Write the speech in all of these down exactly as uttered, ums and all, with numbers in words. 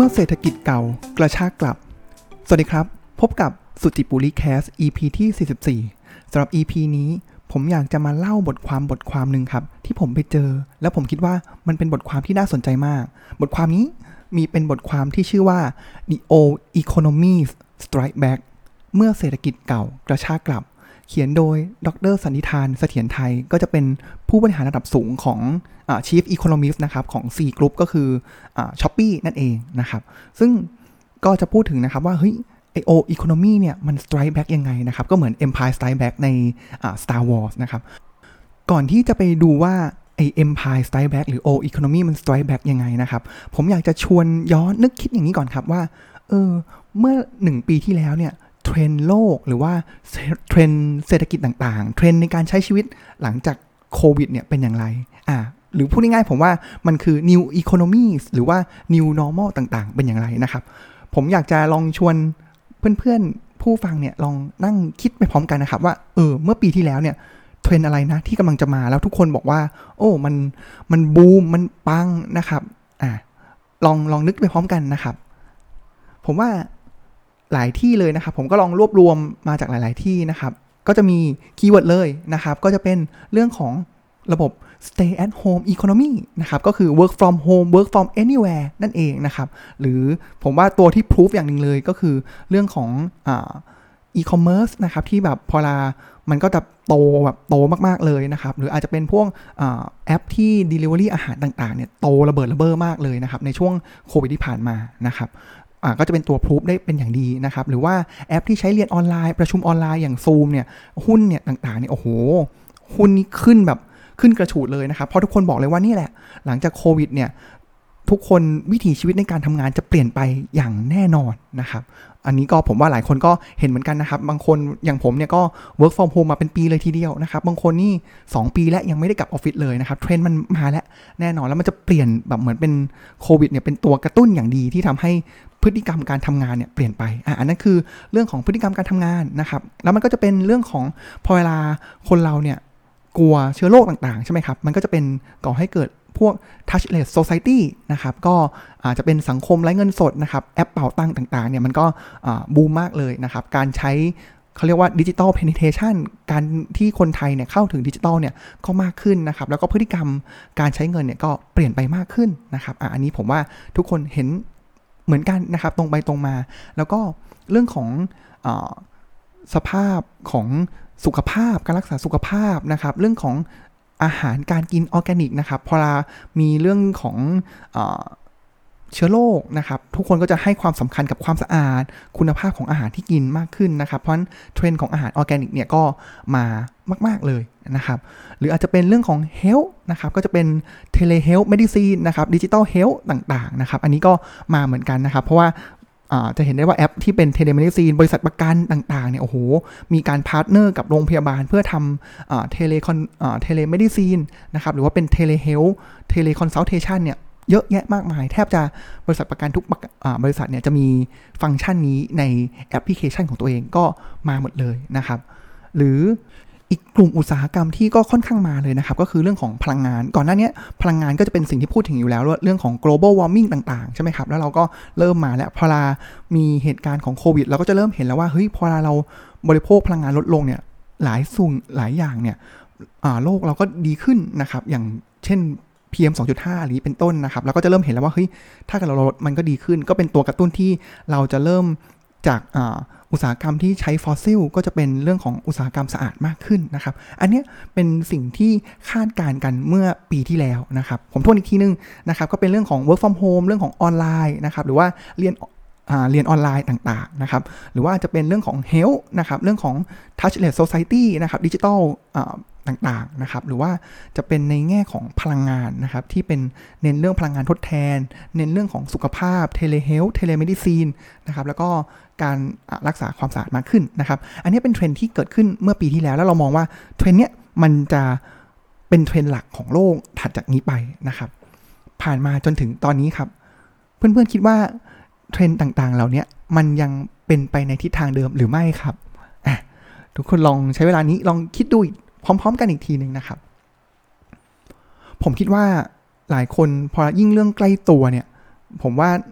เศรษฐกิจเก่ากระชากกลับสวัสดีครับพบกับสุจิปุริแคส อี พี ที่สี่สิบสี่สำหรับ อี พี นี้ผมอยากจะมาเล่าบทความบทความหนึ่งครับที่ผมไปเจอแล้วผมคิดว่ามันเป็นบทความที่น่าสนใจมากบทความนี้มีเป็นบทความที่ชื่อว่า The Old Economies Strike Back เมื่อเศรษฐกิจเก่ากระชากกลับเขียนโดยดร.สันนิธานเสถียรไทยก็จะเป็นผู้บริหารระดับสูงของอ่า Chief Economist นะครับของ ซี Group ก็คืออ่า Shopee นั่นเองนะครับซึ่งก็จะพูดถึงนะครับว่าเฮ้ยไอโอ economy เนี่ยมัน strike back ยังไงนะครับก็เหมือน Empire Strike Back ในอ่า Star Wars นะครับก่อนที่จะไปดูว่าไอ Empire Strike Back หรือ O economy มัน strike back ยังไงนะครับผมอยากจะชวนย้อนนึกคิดอย่างนี้ก่อนครับว่าเออเมื่อหนึ่งปีที่แล้วเนี่ยเทรนด์โลกหรือว่าเทรนด์เศรษฐกิจต่างๆเทรนด์ในการใช้ชีวิตหลังจากโควิดเนี่ยเป็นอย่างไรอ่าหรือพูดง่ายๆผมว่ามันคือ new economies หรือว่า new normal ต่างๆเป็นอย่างไรนะครับผมอยากจะลองชวนเพื่อนๆผู้ฟังเนี่ยลองนั่งคิดไปพร้อมกันนะครับว่าเออเมื่อปีที่แล้วเนี่ยเทรนด์อะไรนะที่กำลังจะมาแล้วทุกคนบอกว่าโอ้มันมันบูมมันปังนะครับอ่าลองลองนึกไปพร้อมกันนะครับผมว่าหลายที่เลยนะครับผมก็ลองรวบรวมมาจากหลายๆที่นะครับก็จะมีคีย์เวิร์ดเลยนะครับก็จะเป็นเรื่องของระบบ stay at home economy นะครับก็คือ work from home work from anywhere นั่นเองนะครับหรือผมว่าตัวที่ proof อย่างหนึ่งเลยก็คือเรื่องของอ่า e-commerce นะครับที่แบบพอลามันก็จะโตแบบโตมากๆเลยนะครับหรืออาจจะเป็นพวกแอปที่ delivery อาหารต่างๆเนี่ยโตระเบิดระเบ้อมากเลยนะครับในช่วงโควิดที่ผ่านมานะครับอ่าก็จะเป็นตัวพรูฟได้เป็นอย่างดีนะครับหรือว่าแอปที่ใช้เรียนออนไลน์ประชุมออนไลน์อย่าง Zoom เนี่ยหุ้นเนี่ยต่างๆเนี่ยโอ้โหหุ้นนี้ขึ้นแบบขึ้นกระฉูดเลยนะครับเพราะทุกคนบอกเลยว่านี่แหละหลังจากโควิดเนี่ยทุกคนวิถีชีวิตในการทำงานจะเปลี่ยนไปอย่างแน่นอนนะครับอันนี้ก็ผมว่าหลายคนก็เห็นเหมือนกันนะครับบางคนอย่างผมเนี่ยก็ work from home มาเป็นปีเลยทีเดียวนะครับบางคนนี่สองปีแล้วยังไม่ได้กลับออฟฟิศเลยนะครับเทรนด์มันมาแล้วแน่นอนแล้วมันจะเปลี่ยนแบบเหมือนเป็นโควิดเนี่ยเป็นตัวกระตุ้นอย่างดีที่ทำให้พฤติกรรมการทำงานเนี่ยเปลี่ยนไปอ่ะอันนั้นคือเรื่องของพฤติกรรมการทำงานนะครับแล้วมันก็จะเป็นเรื่องของพอเวลาคนเราเนี่ยกลัวเชื้อโรคต่างๆใช่ไหมครับมันก็จะเป็นก่อให้เกิดพวก touchless society นะครับก็อาจจะเป็นสังคมไร้เงินสดนะครับแอปเป๋าตังค์ต่างๆเนี่ยมันก็บูมมากเลยนะครับการใช้เขาเรียกว่าดิจิทัลเพเนเทชันการที่คนไทยเนี่ยเข้าถึงดิจิทัลเนี่ยก็มากขึ้นนะครับแล้วก็พฤติกรรมการใช้เงินเนี่ยก็เปลี่ยนไปมากขึ้นนะครับอ่ะอันนี้ผมว่าทุกคนเห็นเหมือนกันนะครับตรงไปตรงมาแล้วก็เรื่องของอ่าสภาพของสุขภาพการรักษาสุขภาพนะครับเรื่องของอาหารการกินออร์แกนิกนะครับพอเรามีเรื่องของอ่าเชื้อโรคนะครับทุกคนก็จะให้ความสำคัญกับความสะอาดคุณภาพของอาหารที่กินมากขึ้นนะครับเพราะฉะนั้นเทรนด์ของอาหารออร์แกนิกเนี่ยก็มามากๆเลยนะครับหรืออาจจะเป็นเรื่องของเฮลท์นะครับก็จะเป็นเทเลเฮลท์เมดิซีนนะครับดิจิตอลเฮลท์ต่างๆนะครับอันนี้ก็มาเหมือนกันนะครับเพราะว่าจะเห็นได้ว่าแอปที่เป็นเทเลเมดิซีนบริษัทประกันต่างๆเนี่ยโอ้โหมีการพาร์ทเนอร์กับโรงพยาบาลเพื่อทำเทเลคอนเทเลเมดิซีนนะครับหรือว่าเป็นเทเลเฮลท์เทเลคอนซัลเทชันเนี่ยเยอะแยะมากมายแทบจะบริษัทประกันทุกบริษัทเนี่ยจะมีฟังก์ชันนี้ในแอปพลิเคชันของตัวเองก็มาหมดเลยนะครับหรืออีกกลุ่มอุตสาหกรรมที่ก็ค่อนข้างมาเลยนะครับก็คือเรื่องของพลังงานก่อนหน้านี้พลังงานก็จะเป็นสิ่งที่พูดถึงอยู่แล้วเรื่องของ global warming ต่างๆใช่ไหมครับแล้วเราก็เริ่มมาแล้วพอเรามีเหตุการณ์ของโควิดเราก็จะเริ่มเห็นแล้วว่าเฮ้ยพอเราบริโภคพลังงานลดลงเนี่ยหลายส่วนหลายอย่างเนี่ยโลกเราก็ดีขึ้นนะครับอย่างเช่น พี เอ็ม สองจุดห้า หรือเป็นต้นนะครับแล้วก็จะเริ่มเห็นแล้วว่าเฮ้ยถ้าเกิดเราลดมันก็ดีขึ้นก็เป็นตัวกระตุ้นที่เราจะเริ่มจากอุตสาหกรรมที่ใช้ฟอสซิลก็จะเป็นเรื่องของอุตสาหกรรมสะอาดมากขึ้นนะครับอันนี้เป็นสิ่งที่คาดการณ์กันเมื่อปีที่แล้วนะครับผมทวนอีกทีนึงนะครับก็เป็นเรื่องของ work from home เรื่องของออนไลน์นะครับหรือว่าเรียนเรียนออนไลน์ต่างๆนะครับหรือว่าจะเป็นเรื่องของ health นะครับเรื่องของ touchless society นะครับดิจิทัลต่างๆนะครับหรือว่าจะเป็นในแง่ของพลังงานนะครับที่เป็นเน้นเรื่องพลังงานทดแทนเน้นเรื่องของสุขภาพเทเลเฮลท์เทเลเมดิซีนนะครับแล้วก็การรักษาความสะอาดมากขึ้นนะครับอันนี้เป็นเทรนด์ที่เกิดขึ้นเมื่อปีที่แล้วแล้วเรามองว่าเทรนด์เนี้ยมันจะเป็นเทรนด์หลักของโลกถัดจากนี้ไปนะครับผ่านมาจนถึงตอนนี้ครับเพื่อนๆคิดว่าเทรนด์ต่างๆเหล่านี้มันยังเป็นไปในทิศทางเดิมหรือไม่ครับอ่ะทุกคนลองใช้เวลานี้ลองคิดดูพร้อมๆกันอีกทีนึงนะครับผมคิดว่าหลายคนพอยิ่งเรื่องใกล้ตัวเนี่ยผมว่า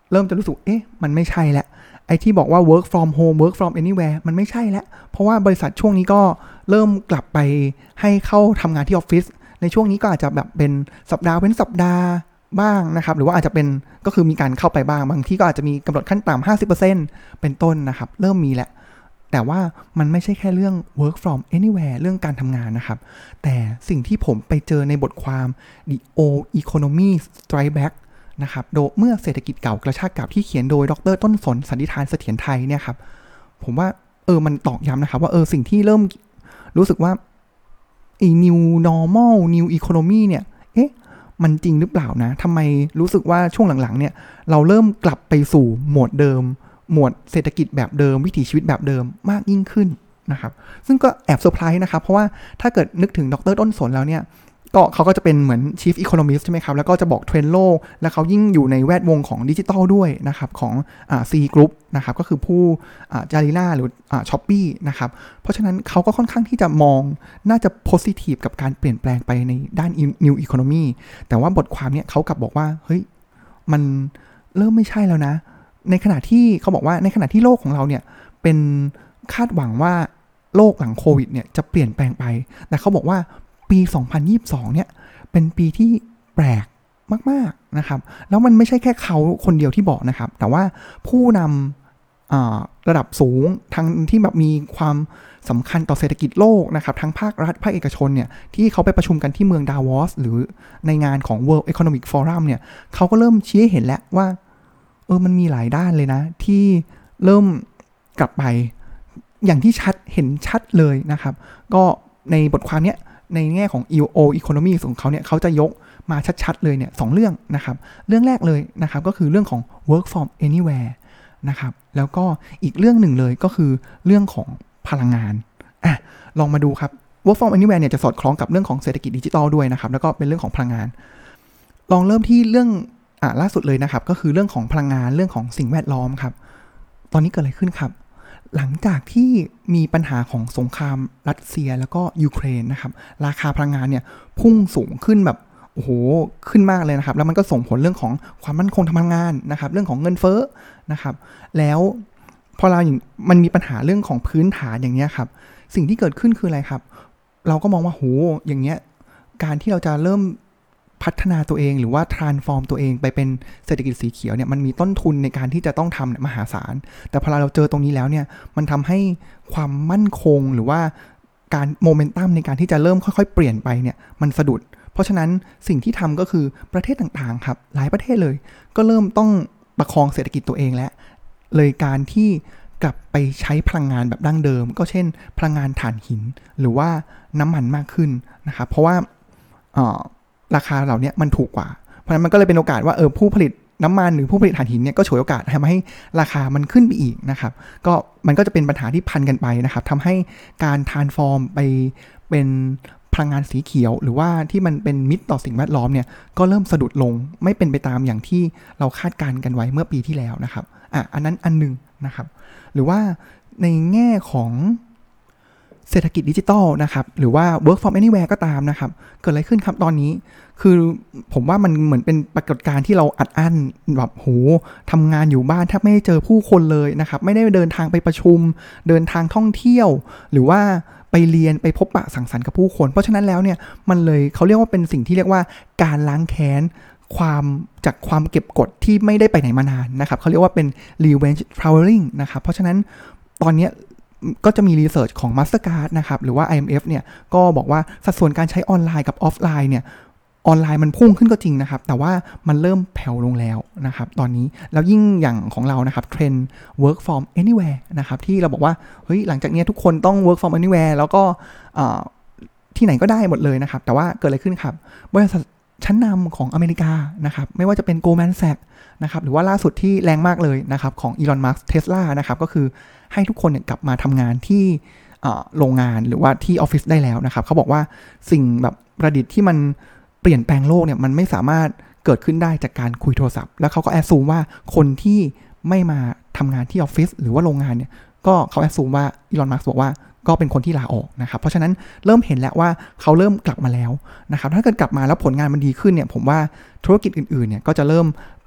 เริ่มจะรู้สึกเอ๊ะมันไม่ใช่แล้วไอ้ที่บอกว่า work from home work from anywhere มันไม่ใช่แล้วเพราะว่าบริษัทช่วงนี้ก็เริ่มกลับไปให้เข้าทำงานที่ออฟฟิศในช่วงนี้ก็อาจจะแบบเป็นสัปดาห์เว้นสัปดาห์บ้างนะครับหรือว่าอาจจะเป็นก็คือมีการเข้าไปบ้างบางที่ก็อาจจะมีกำหนดขั้นต่ำ ห้าสิบเปอร์เซ็นต์ เป็นต้นนะครับเริ่มมีแหละแต่ว่ามันไม่ใช่แค่เรื่อง work from anywhere เรื่องการทำงานนะครับแต่สิ่งที่ผมไปเจอในบทความ The Old Economy Strike Back นะครับโดยเมื่อเศรษฐกิจเก่ากระชากกลับที่เขียนโดยดร.ต้นสนสันติธานเสถียรไทยเนี่ยครับผมว่าเออมันตอกย้ำนะครับว่าเออสิ่งที่เริ่มรู้สึกว่าไอ้ new normal new economy เนี่ยเอ๊ะมันจริงหรือเปล่านะทำไมรู้สึกว่าช่วงหลังๆเนี่ยเราเริ่มกลับไปสู่โหมดเดิมโหมดเศรษฐกิจแบบเดิมวิถีชีวิตแบบเดิมมากยิ่งขึ้นนะครับซึ่งก็แอบเซอร์ไพรส์นะครับเพราะว่าถ้าเกิดนึกถึงดร.ต้นสนแล้วเนี่ยก็เขาก็จะเป็นเหมือน Chief Economist ใช่ไหมครับแล้วก็จะบอกเทรนด์โลกและเขายิ่งอยู่ในแวดวงของดิจิทัลด้วยนะครับของอ่า C Group นะครับก็คือผู้อ่าจาริล่าหรืออ่า Shopee นะครับเพราะฉะนั้นเขาก็ค่อนข้างที่จะมองน่าจะ positive กับการเปลี่ยนแปลงไปในด้าน New Economy แต่ว่าบทความเนี้ยเขากลับบอกว่าเฮ้ยมันเริ่มไม่ใช่แล้วนะในขณะที่เขาบอกว่าในขณะที่โลกของเราเนี่ยเป็นคาดหวังว่าโลกหลังโควิดเนี่ยจะเปลี่ยนแปลงไปแต่เขาบอกว่าปีสองพันยี่สิบสองเนี่ยเป็นปีที่แปลกมากๆนะครับแล้วมันไม่ใช่แค่เขาคนเดียวที่บอกนะครับแต่ว่าผู้นำระดับสูงทั้งที่แบบมีความสำคัญต่อเศรษฐกิจโลกนะครับทั้งภาครัฐภาคเอกชนเนี่ยที่เขาไปประชุมกันที่เมืองดาวอสหรือในงานของ World Economic Forum เนี่ยเขาก็เริ่มชี้ให้เห็นแล้วว่าเออมันมีหลายด้านเลยนะที่เริ่มกลับไปอย่างที่ชัดเห็นชัดเลยนะครับก็ในบทความเนี้ยในแง่ของ อี โอ Economy ของเขาเนี่ยเขาจะยกมาชัดๆเลยเนี่ยสองเรื่องนะครับเรื่องแรกเลยนะครับก็คือเรื่องของ work from anywhere นะครับแล้วก็อีกเรื่องหนึ่งเลยก็คือเรื่องของพลังงานอ่ะลองมาดูครับ work from anywhere เนี่ยจะสอดคล้องกับเรื่องของเศรษฐกิจดิจิทัลด้วยนะครับแล้วก็เป็นเรื่องของพลังงานลองเริ่มที่เรื่องอ่ะล่าสุดเลยนะครับก็คือเรื่องของพลังงานเรื่องของสิ่งแวดล้อมครับตอนนี้เกิดอะไรขึ้นครับหลังจากที่มีปัญหาของสงครามรัสเซียแล้วก็ยูเครนนะครับราคาพลังงานเนี่ยพุ่งสูงขึ้นแบบโอ้โหขึ้นมากเลยนะครับแล้วมันก็ส่งผลเรื่องของความมั่นคงทางพลังงานนะครับเรื่องของเงินเฟ้อนะครับแล้วพอเราอย่างมันมีปัญหาเรื่องของพื้นฐานอย่างเนี้ยครับสิ่งที่เกิดขึ้นคืออะไรครับเราก็มองว่าโหอย่างเงี้ยการที่เราจะเริ่มพัฒนาตัวเองหรือว่า transform ตัวเองไปเป็นเศรษฐกิจสีเขียวเนี่ยมันมีต้นทุนในการที่จะต้องทำเนี่ยมหาศาลแต่พอเราเจอตรงนี้แล้วเนี่ยมันทำให้ความมั่นคงหรือว่าการโมเมนตัมในการที่จะเริ่มค่อยๆเปลี่ยนไปเนี่ยมันสะดุดเพราะฉะนั้นสิ่งที่ทำก็คือประเทศต่างๆครับหลายประเทศเลยก็เริ่มต้องประคองเศรษฐกิจตัวเองแล้วเลยการที่กลับไปใช้พลังงานแบบดั้งเดิมก็เช่นพลังงานถ่านหินหรือว่าน้ำมันมากขึ้นนะครับเพราะว่าราคาเหล่านี้มันถูกกว่าเพราะฉะนั้นมันก็เลยเป็นโอกาสว่าเออผู้ผลิตน้ำมันหรือผู้ผลิตถ่านหินเนี่ยก็ฉวยโอกาสทำให้ราคามันขึ้นไปอีกนะครับก็มันก็จะเป็นปัญหาที่พันกันไปนะครับทำให้การทรานส์ฟอร์มไปเป็นพลังงานสีเขียวหรือว่าที่มันเป็นมิตรต่อสิ่งแวดล้อมเนี่ยก็เริ่มสะดุดลงไม่เป็นไปตามอย่างที่เราคาดการณ์กันไว้เมื่อปีที่แล้วนะครับอ่ะอันนั้นอันนึงนะครับหรือว่าในแง่ของเศรษฐกิจดิจิทัลนะครับหรือว่า work from anywhere ก็ตามนะครับเกิดอะไรขึ้นครับตอนนี้คือผมว่ามันเหมือนเป็นปรากฏการณ์ที่เราอัดอั้นแบบโหทำงานอยู่บ้านแทบไม่ได้เจอผู้คนเลยนะครับไม่ได้เดินทางไปประชุมเดินทางท่องเที่ยวหรือว่าไปเรียนไปพบปะสังสรรค์กับผู้คนเพราะฉะนั้นแล้วเนี่ยมันเลยเขาเรียกว่าเป็นสิ่งที่เรียกว่าการล้างแค้นความจากความเก็บกดที่ไม่ได้ไปไหนมานานนะครับเขาเรียกว่าเป็น revenge traveling นะครับเพราะฉะนั้นตอนนี้ก็จะมีรีเสิร์ชของ Mastercard นะครับหรือว่า ไอ เอ็ม เอฟ เนี่ยก็บอกว่าสัดส่วนการใช้ออนไลน์กับออฟไลน์เนี่ยออนไลน์มันพุ่งขึ้นก็จริงนะครับแต่ว่ามันเริ่มแผ่วลงแล้วนะครับตอนนี้แล้วยิ่งอย่างของเรานะครับเทรนด์ work from anywhere นะครับที่เราบอกว่าเฮ้ยหลังจากนี้ทุกคนต้อง work from anywhere แล้วก็ที่ไหนก็ได้หมดเลยนะครับแต่ว่าเกิดอะไรขึ้นครับบริษัทชั้นนำของอเมริกานะครับไม่ว่าจะเป็น Goldman Sachs นะครับหรือว่าล่าสุดที่แรงมากเลยนะครับของ Elon Musk Tesla นะครับก็คือให้ทุกคนเนี่ยกลับมาทำงานที่โรงงานหรือว่าที่ออฟฟิศได้แล้วนะครับเขาบอกว่าสิ่งแบบประดิษฐ์ที่มันเปลี่ยนแปลงโลกเนี่ยมันไม่สามารถเกิดขึ้นได้จากการคุยโทรศัพท์แล้วเขาก็แอสซูมว่าคนที่ไม่มาทำงานที่ออฟฟิศหรือว่าโรงงานเนี่ยก็เขาแอสซูมว่าอีลอนมัสก์บอกว่าก็เป็นคนที่ลาออกนะครับเพราะฉะนั้นเริ่มเห็นแล้วว่าเขาเริ่มกลับมาแล้วนะครับถ้าเกิดกลับมาแล้วผลงานมันดีขึ้นเนี่ยผมว่าธุรกิจอื่นๆเนี่ยก็จะเริ่มปรับ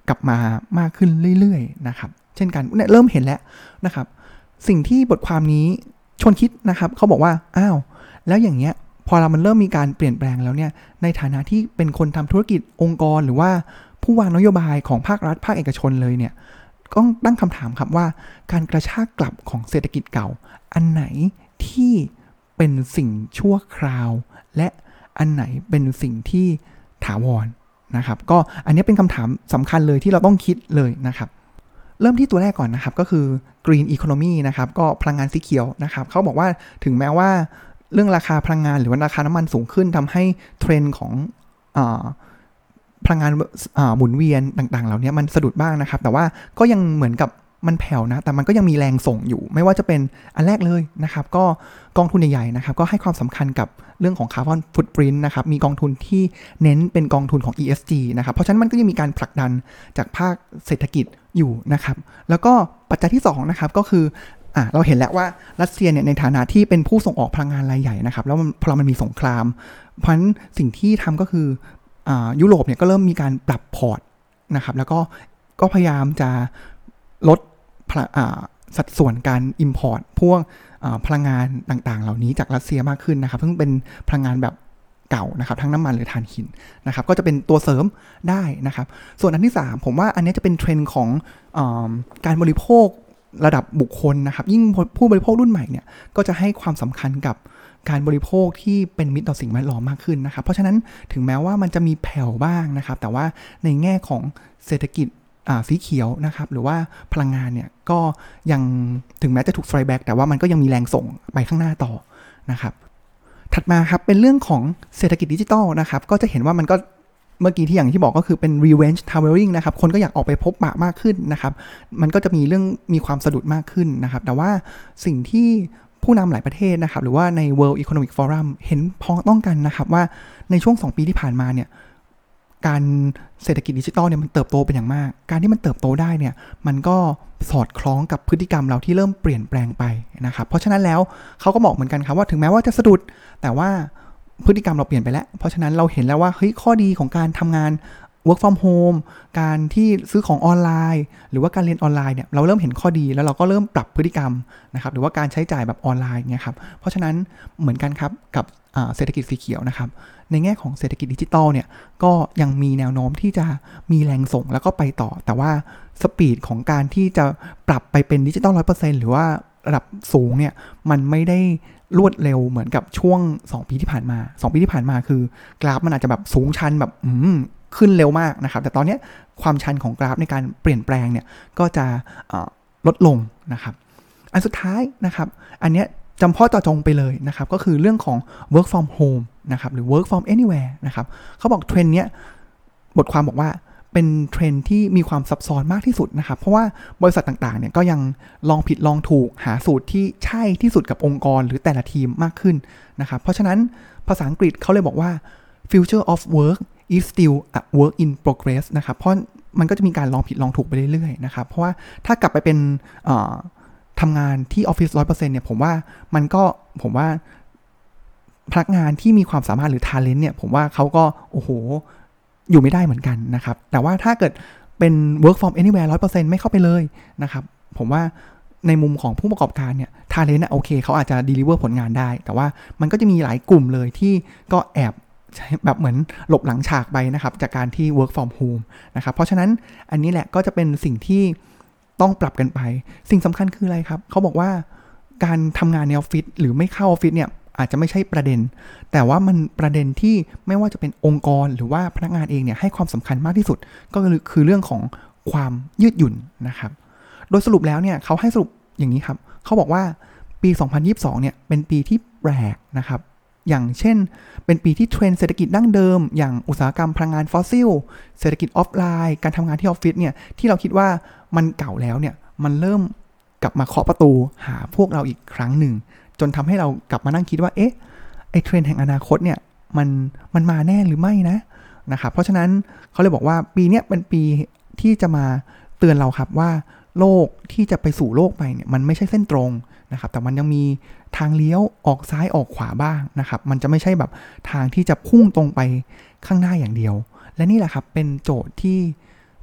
กลับมามากขึ้นเรื่อยๆนะครับเช่นกันเนี่ยเริ่มเห็นแล้วนะครับสิ่งที่บทความนี้ชวนคิดนะครับเขาบอกว่าอ้าวแล้วอย่างเงี้ยพอเรามันเริ่มมีการเปลี่ยนแปลงแล้วเนี่ยในฐานะที่เป็นคนทำธุรกิจองค์กรหรือว่าผู้วางนโยบายของภาครัฐภาคเอกชนเลยเนี่ยก็ตั้งคำถามครับว่าการกระชากกลับของเศรษฐกิจเก่าอันไหนที่เป็นสิ่งชั่วคราวและอันไหนเป็นสิ่งที่ถาวรนะครับก็อันนี้เป็นคำถามสำคัญเลยที่เราต้องคิดเลยนะครับเริ่มที่ตัวแรกก่อนนะครับก็คือ Green Economy นะครับก็พลังงานสีเขียวนะครับเขาบอกว่าถึงแม้ว่าเรื่องราคาพลังงานหรือว่าราคาน้ำมันสูงขึ้นทำให้เทรนด์ของอ่าพลังงานหมุนเวียนต่างๆเหล่านี้มันสะดุดบ้างนะครับแต่ว่าก็ยังเหมือนกับมันแผ่วนะแต่มันก็ยังมีแรงส่งอยู่ไม่ว่าจะเป็นอันแรกเลยนะครับก็กองทุนใหญ่ๆนะครับก็ให้ความสำคัญกับเรื่องของคาร์บอนฟุตปรินท์นะครับมีกองทุนที่เน้นเป็นกองทุนของ อี เอส จี นะครับเพราะฉะนั้นมันก็ยังมีการผลักดันจากภาคเศรษฐกิจอยู่นะครับแล้วก็ปัจจัยที่สองนะครับก็คืออ่ะเราเห็นแล้วว่ารัสเซียเนี่ยในฐานะที่เป็นผู้ส่งออกพลังงานรายใหญ่นะครับแล้วพอมันมีสงครามเพราะฉะนั้นสิ่งที่ทำก็คืออ่ายุโรปเนี่ยก็เริ่มมีการปรับพอร์ตนะครับแล้วก็ก็พยายามจะลดสัดส่วนการ import พวกพลังงานต่างๆเหล่านี้จากรัสเซียมากขึ้นนะครับซึ่งเป็นพลังงานแบบเก่านะครับทั้งน้ำมันหรือถ่านหินนะครับก็จะเป็นตัวเสริมได้นะครับส่วนอันที่สามผมว่าอันนี้จะเป็นเทรนด์ของเอ่อการบริโภคระดับบุคคลนะครับยิ่งผู้บริโภครุ่นใหม่เนี่ยก็จะให้ความสำคัญกับการบริโภคที่เป็นมิตรต่อสิ่งแวดล้อมมากขึ้นนะครับเพราะฉะนั้นถึงแม้ว่ามันจะมีแผ่วบ้างนะครับแต่ว่าในแง่ของเศรษฐกิจสีเขียวนะครับหรือว่าพลังงานเนี่ยก็ยังถึงแม้จะถูกไฟแบ็กแต่ว่ามันก็ยังมีแรงส่งไปข้างหน้าต่อนะครับถัดมาครับเป็นเรื่องของเศรษฐกิจดิจิทัลนะครับก็จะเห็นว่ามันก็เมื่อกี้ที่อย่างที่บอกก็คือเป็น revenge traveling นะครับคนก็อยากออกไปพบปะมากขึ้นนะครับมันก็จะมีเรื่องมีความสะดุดมากขึ้นนะครับแต่ว่าสิ่งที่ผู้นำหลายประเทศนะครับหรือว่าใน World Economic Forum เห็นพ้องต้องกันนะครับว่าในช่วงสองปีที่ผ่านมาเนี่ยการเศรษฐกิจดิจิทัลเนี่ยมันเติบโตเป็นอย่างมากการที่มันเติบโตได้เนี่ยมันก็สอดคล้องกับพฤติกรรมเราที่เริ่มเปลี่ยนแปลงไปนะครับเพราะฉะนั้นแล้วเขาก็บอกเหมือนกันครับว่าถึงแม้ว่าจะสะดุดแต่ว่าพฤติกรรมเราเปลี่ยนไปแล้วเพราะฉะนั้นเราเห็นแล้วว่าเฮ้ยข้อดีของการทำงาน work from home การที่ซื้อของออนไลน์หรือว่าการเรียนออนไลน์เนี่ยเราเริ่มเห็นข้อดีแล้วเราก็เริ่มปรับพฤติกรรมนะครับหรือว่าการใช้จ่ายแบบออนไลน์เนี่ยครับเพราะฉะนั้นเหมือนกันครับกับเศรษฐกิจสีเขียวนะครับในแง่ของเศรษฐกิจดิจิทัลเนี่ยก็ยังมีแนวโน้มที่จะมีแรงส่งแล้วก็ไปต่อแต่ว่าสปีดของการที่จะปรับไปเป็นดิจิทัล ร้อยเปอร์เซ็นต์ หรือว่าระดับสูงเนี่ยมันไม่ได้รวดเร็วเหมือนกับช่วงสองปีที่ผ่านมาสองปีที่ผ่านมาคือกราฟมันอาจจะแบบสูงชันแบบอืมขึ้นเร็วมากนะครับแต่ตอนนี้ความชันของกราฟในการเปลี่ยนแปลงเนี่ยก็จะลดลงนะครับอันสุดท้ายนะครับอันเนี้ยจำเพาะเจาะจงไปเลยนะครับก็คือเรื่องของ work from home นะครับหรือ work from anywhere นะครับเขาบอกเทรนด์เนี้ยบทความบอกว่าเป็นเทรนด์ที่มีความซับซ้อนมากที่สุดนะครับเพราะว่าบริษัทต่างๆเนี่ยก็ยังลองผิดลองถูกหาสูตรที่ใช่ที่สุดกับองค์กรหรือแต่ละทีมมากขึ้นนะครับเพราะฉะนั้นภาษาอังกฤษเขาเลยบอกว่า future of work is still a work in progress นะครับเพราะมันก็จะมีการลองผิดลองถูกไปเรื่อยๆนะครับเพราะว่าถ้ากลับไปเป็นทำงานที่ออฟฟิศ ร้อยเปอร์เซ็นต์ เนี่ยผมว่ามันก็ผมว่าพนักงานที่มีความสามารถหรือ talent เนี่ยผมว่าเขาก็โอ้โหอยู่ไม่ได้เหมือนกันนะครับแต่ว่าถ้าเกิดเป็น work from anywhere ร้อยเปอร์เซ็นต์ ไม่เข้าไปเลยนะครับผมว่าในมุมของผู้ประกอบการเนี่ย talent น่ะโอเคเขาอาจจะ deliver ผลงานได้แต่ว่ามันก็จะมีหลายกลุ่มเลยที่ก็แอบแบบเหมือนหลบหลังฉากไปนะครับจากการที่ work from home นะครับเพราะฉะนั้นอันนี้แหละก็จะเป็นสิ่งที่ต้องปรับกันไปสิ่งสำคัญคืออะไรครับเขาบอกว่าการทำงานในออฟฟิศหรือไม่เข้าออฟฟิศเนี่ยอาจจะไม่ใช่ประเด็นแต่ว่ามันประเด็นที่ไม่ว่าจะเป็นองค์กรหรือว่าพนักงานเองเนี่ยให้ความสำคัญมากที่สุดก็คือเรื่องของความยืดหยุ่นนะครับโดยสรุปแล้วเนี่ยเขาให้สรุปอย่างนี้ครับเขาบอกว่าปีสองพันยี่สิบสองเนี่ยเป็นปีที่แปลกนะครับอย่างเช่นเป็นปีที่เทรนด์เศรษฐกิจดั้งเดิมอย่างอุตสาหกรรมพลังงานฟอสซิลเศรษฐกิจออฟไลน์การทำงานที่ออฟฟิศเนี่ยที่เราคิดว่ามันเก่าแล้วเนี่ยมันเริ่มกลับมาเคาะประตูหาพวกเราอีกครั้งหนึ่งจนทำให้เรากลับมานั่งคิดว่าเอ๊ะไอ้เทรนด์แห่งอนาคตเนี่ยมันมันมาแน่หรือไม่นะนะครับเพราะฉะนั้นเขาเลยบอกว่าปีนี้เป็นปีที่จะมาเตือนเราครับว่าโลกที่จะไปสู่โลกใหม่เนี่ยมันไม่ใช่เส้นตรงนะครับแต่มันยังมีทางเลี้ยวออกซ้ายออกขวาบ้างนะครับมันจะไม่ใช่แบบทางที่จะพุ่งตรงไปข้างหน้าอย่างเดียวและนี่แหละครับเป็นโจทย์ที่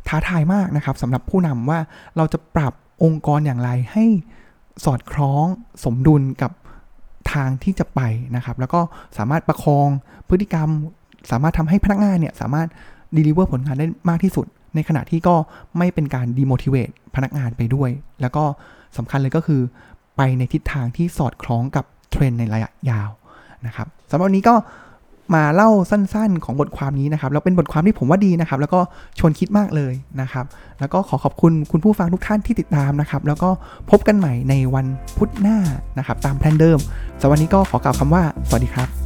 ท้าทายมากนะครับสำหรับผู้นำว่าเราจะปรับองค์กรอย่างไรให้สอดคล้องสมดุลกับทางที่จะไปนะครับแล้วก็สามารถประคองพฤติกรรมสามารถทำให้พนักงานเนี่ยสามารถ deliver ผลงานได้มากที่สุดในขณะที่ก็ไม่เป็นการ demotivate พนักงานไปด้วยแล้วก็สำคัญเลยก็คือไปในทิศทางที่สอดคล้องกับเทรนด์ในระยะยาวนะครับสำหรับวันนี้ก็มาเล่าสั้นๆของบทความนี้นะครับแล้วเป็นบทความที่ผมว่าดีนะครับแล้วก็ชวนคิดมากเลยนะครับแล้วก็ขอขอบคุณคุณผู้ฟังทุกท่านที่ติดตามนะครับแล้วก็พบกันใหม่ในวันพุธหน้านะครับตามแพลนเดิมสำหรับวันนี้ก็ขอกล่าวคำว่าสวัสดีครับ